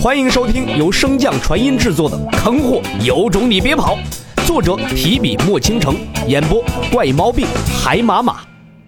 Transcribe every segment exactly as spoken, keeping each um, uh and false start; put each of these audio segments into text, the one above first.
欢迎收听由升降传音制作的《坑货有种你别跑》，作者提笔墨倾城，演播怪毛病海马马。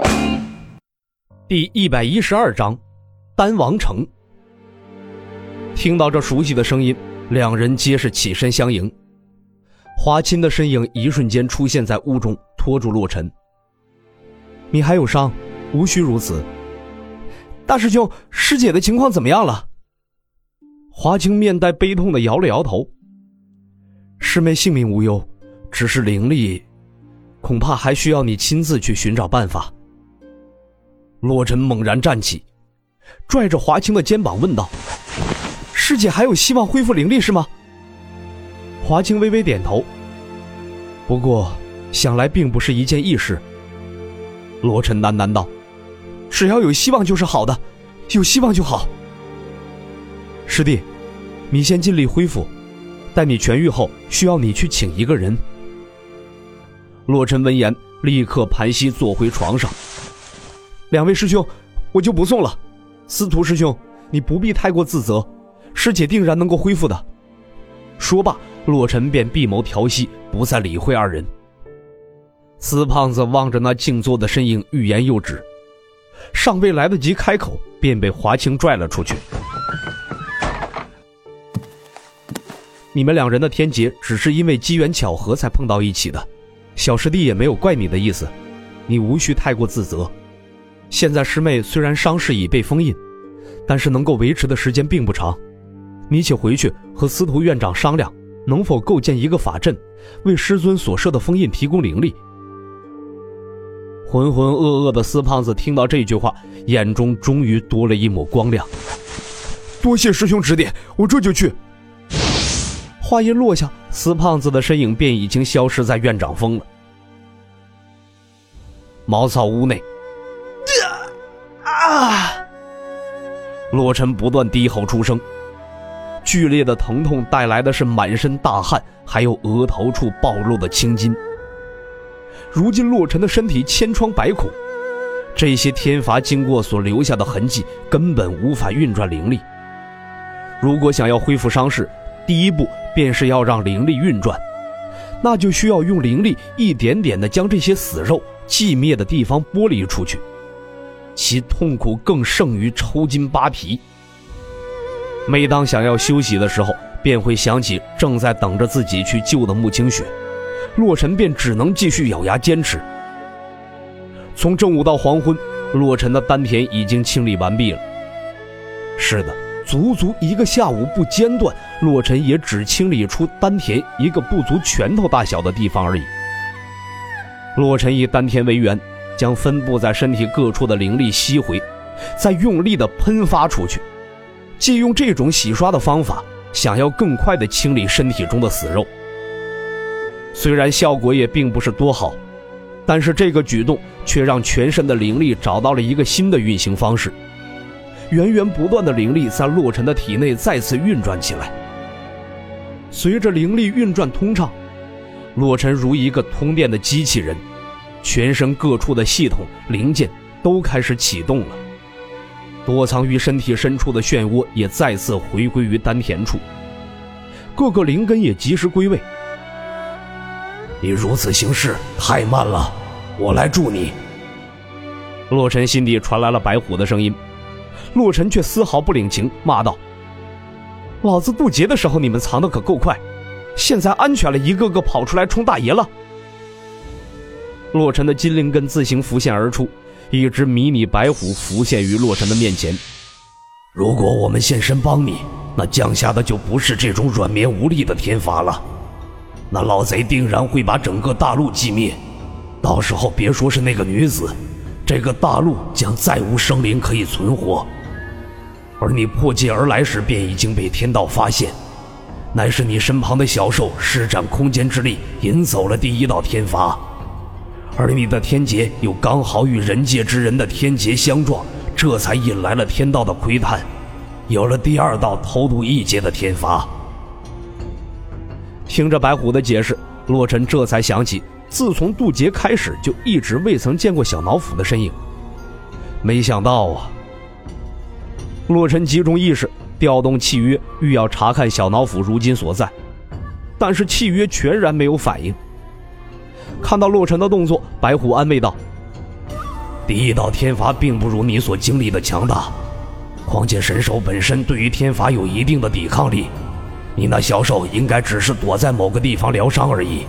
第一百一十二章，丹王城。听到这熟悉的声音，两人皆是起身相迎。华歆的身影一瞬间出现在屋中，拖住洛尘。你还有伤，无需如此。大师兄，师姐的情况怎么样了？华歆面带悲痛地摇了摇头。师妹性命无忧，只是灵力，恐怕还需要你亲自去寻找办法。洛尘猛然站起，拽着华歆的肩膀问道：师姐还有希望恢复灵力是吗？华歆微微点头。不过想来并不是一件易事。洛尘喃喃道：只要有希望就是好的，有希望就好。师弟，你先尽力恢复，待你痊愈后需要你去请一个人。洛尘闻言立刻盘膝坐回床上。两位师兄，我就不送了。司徒师兄，你不必太过自责，师姐定然能够恢复的。说罢，洛尘便闭眸调息，不再理会二人。司胖子望着那静坐的身影，欲言又止，尚未来得及开口，便被华歆拽了出去。你们两人的天劫只是因为机缘巧合才碰到一起的，小师弟也没有怪你的意思，你无需太过自责。现在师妹虽然伤势已被封印，但是能够维持的时间并不长，你且回去和司徒院长商量，能否构建一个法阵，为师尊所设的封印提供灵力。浑浑噩噩的司胖子听到这句话，眼中终于多了一抹光亮。多谢师兄指点，我这就去。话音落下，司胖子的身影便已经消失在院长峰了。茅草屋内，啊！洛尘不断低吼出声，剧烈的疼痛带来的是满身大汗，还有额头处暴露的青筋。如今洛尘的身体千疮百孔，这些天罚经过所留下的痕迹根本无法运转灵力。如果想要恢复伤势，第一步便是要让灵力运转，那就需要用灵力一点点地将这些死肉寂灭的地方剥离出去，其痛苦更胜于抽筋扒皮。每当想要休息的时候，便会想起正在等着自己去救的穆清雪，洛尘便只能继续咬牙坚持。从正午到黄昏，洛尘的丹田已经清理完毕了。是的，足足一个下午不间断，洛尘也只清理出丹田一个不足拳头大小的地方而已。洛尘以丹田为源，将分布在身体各处的灵力吸回，再用力地喷发出去。借用这种洗刷的方法，想要更快地清理身体中的死肉。虽然效果也并不是多好，但是这个举动却让全身的灵力找到了一个新的运行方式。源源不断的灵力在洛尘的体内再次运转起来。随着灵力运转通畅，洛尘如一个通电的机器人，全身各处的系统零件都开始启动了。躲藏于身体深处的漩涡也再次回归于丹田处，各个灵根也及时归位。 你如此行事太慢了，我来助你。 洛尘心底传来了白虎的声音，洛尘却丝毫不领情，骂道：老子渡劫的时候你们藏得可够快，现在安全了，一个个跑出来冲大爷了。洛尘的金灵根自行浮现而出，一只迷你白虎浮现于洛尘的面前。 如果我们现身帮你，那降下的就不是这种软绵无力的天罚了，那老贼定然会把整个大陆击灭，到时候别说是那个女子，这个大陆将再无生灵可以存活。而你破界而来时便已经被天道发现，乃是你身旁的小兽施展空间之力引走了第一道天罚，而你的天劫又刚好与人界之人的天劫相撞，这才引来了天道的窥探，有了第二道偷渡异界的天罚。 听着白虎的解释，洛尘这才想起自从渡劫开始就一直未曾见过小脑斧的身影。没想到啊！洛尘集中意识， 调动契约，欲要查看小脑斧如今所在，但是契约全然没有反应。看到洛尘的动作，白虎安慰道： 第一道天罚并不如你所经历的强大，况且神兽本身对于天罚有一定的抵抗力，你那小兽应该只是躲在某个地方疗伤而已。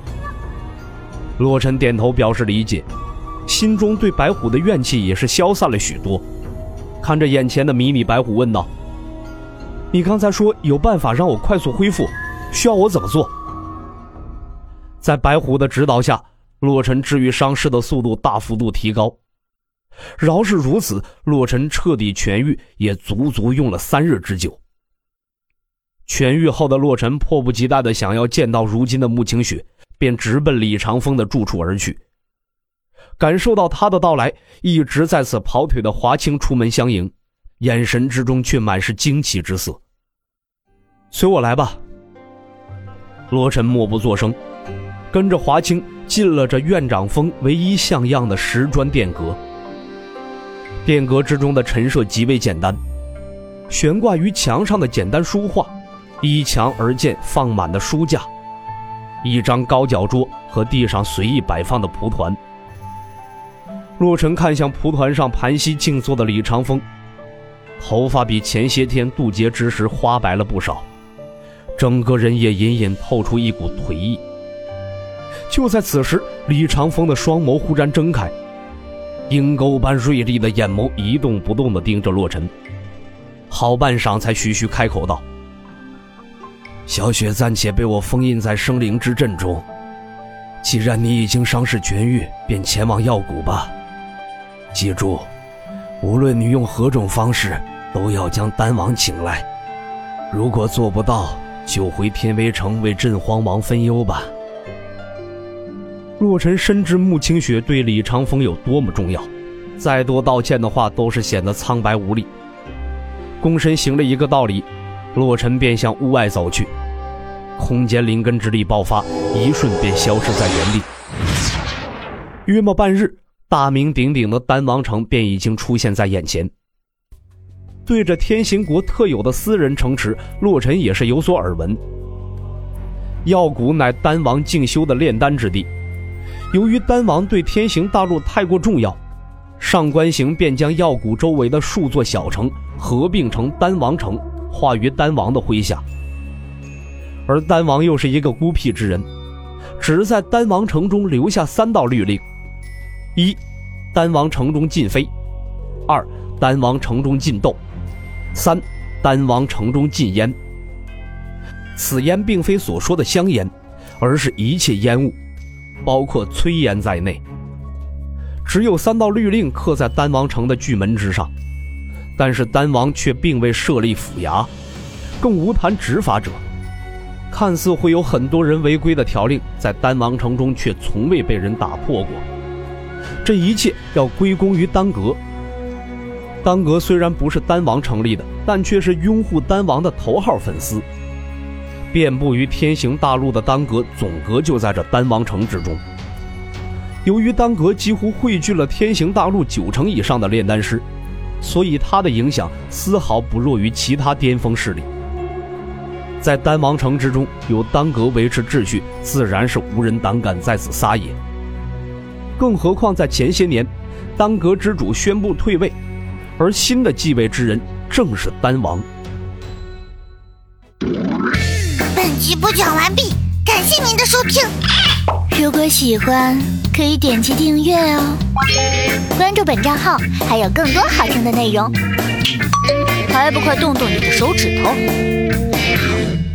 洛尘点头表示理解，心中对白虎的怨气也是消散了许多。看着眼前的迷你，白虎问道：你刚才说有办法让我快速恢复，需要我怎么做？在白虎的指导下，洛尘治愈伤势的速度大幅度提高。饶是如此，洛尘彻底痊愈也足足用了三日之久。痊愈后的洛尘迫不及待地想要见到如今的穆清雪，便直奔李长风的住处而去。感受到他的到来，一直在此跑腿的华清出门相迎，眼神之中却满是惊奇之色。随我来吧。洛尘默不作声，跟着华清进了这院长峰唯一像样的石砖殿阁。殿阁之中的陈设极为简单，悬挂于墙上的简单书画，依墙而建放满的书架，一张高脚桌和地上随意摆放的蒲团。洛尘看向蒲团上盘膝静坐的李长风，头发比前些天渡劫之时花白了不少，整个人也隐隐透出一股颓意。就在此时，李长风的双眸忽然睁开，鹰钩般锐利的眼眸一动不动地盯着洛尘，好半晌才徐徐开口道：小雪暂且被我封印在生灵之阵中，既然你已经伤势痊愈，便前往药谷吧。记住，无论你用何种方式，都要将丹王请来，如果做不到，就回天威城为镇荒王分忧吧。洛尘深知穆清雪对李长风有多么重要，再多道歉的话都是显得苍白无力。躬身行了一个道理，洛尘便向屋外走去，空间灵根之力爆发，一瞬便消失在原地。约莫半日，大名鼎鼎的丹王城便已经出现在眼前。对着天行国特有的私人城池，洛尘也是有所耳闻。药谷乃丹王静修的炼丹之地，由于丹王对天行大陆太过重要，上官行便将药谷周围的数座小城合并成丹王城，化于丹王的麾下。而丹王又是一个孤僻之人，只在丹王城中留下三道律令：一、丹王城中禁飞；二、丹王城中禁斗；三、丹王城中禁烟。此烟并非所说的香烟，而是一切烟雾，包括炊烟在内。只有三道律令刻在丹王城的巨门之上，但是丹王却并未设立府衙，更无谈执法者。看似会有很多人违规的条令，在丹王城中却从未被人打破过。这一切要归功于丹阁。丹阁虽然不是丹王成立的，但却是拥护丹王的头号粉丝。遍布于天行大陆的丹阁总阁就在这丹王城之中。由于丹阁几乎汇聚了天行大陆九成以上的炼丹师，所以他的影响丝毫不弱于其他巅峰势力。在丹王城之中，有丹阁维持秩序，自然是无人胆敢在此撒野。更何况在前些年，丹阁之主宣布退位，而新的继位之人正是丹王。 本集播讲完毕，感谢您的收听。如果喜欢，可以点击订阅哦，关注本账号还有更多好听的内容。还不快动动你的手指头！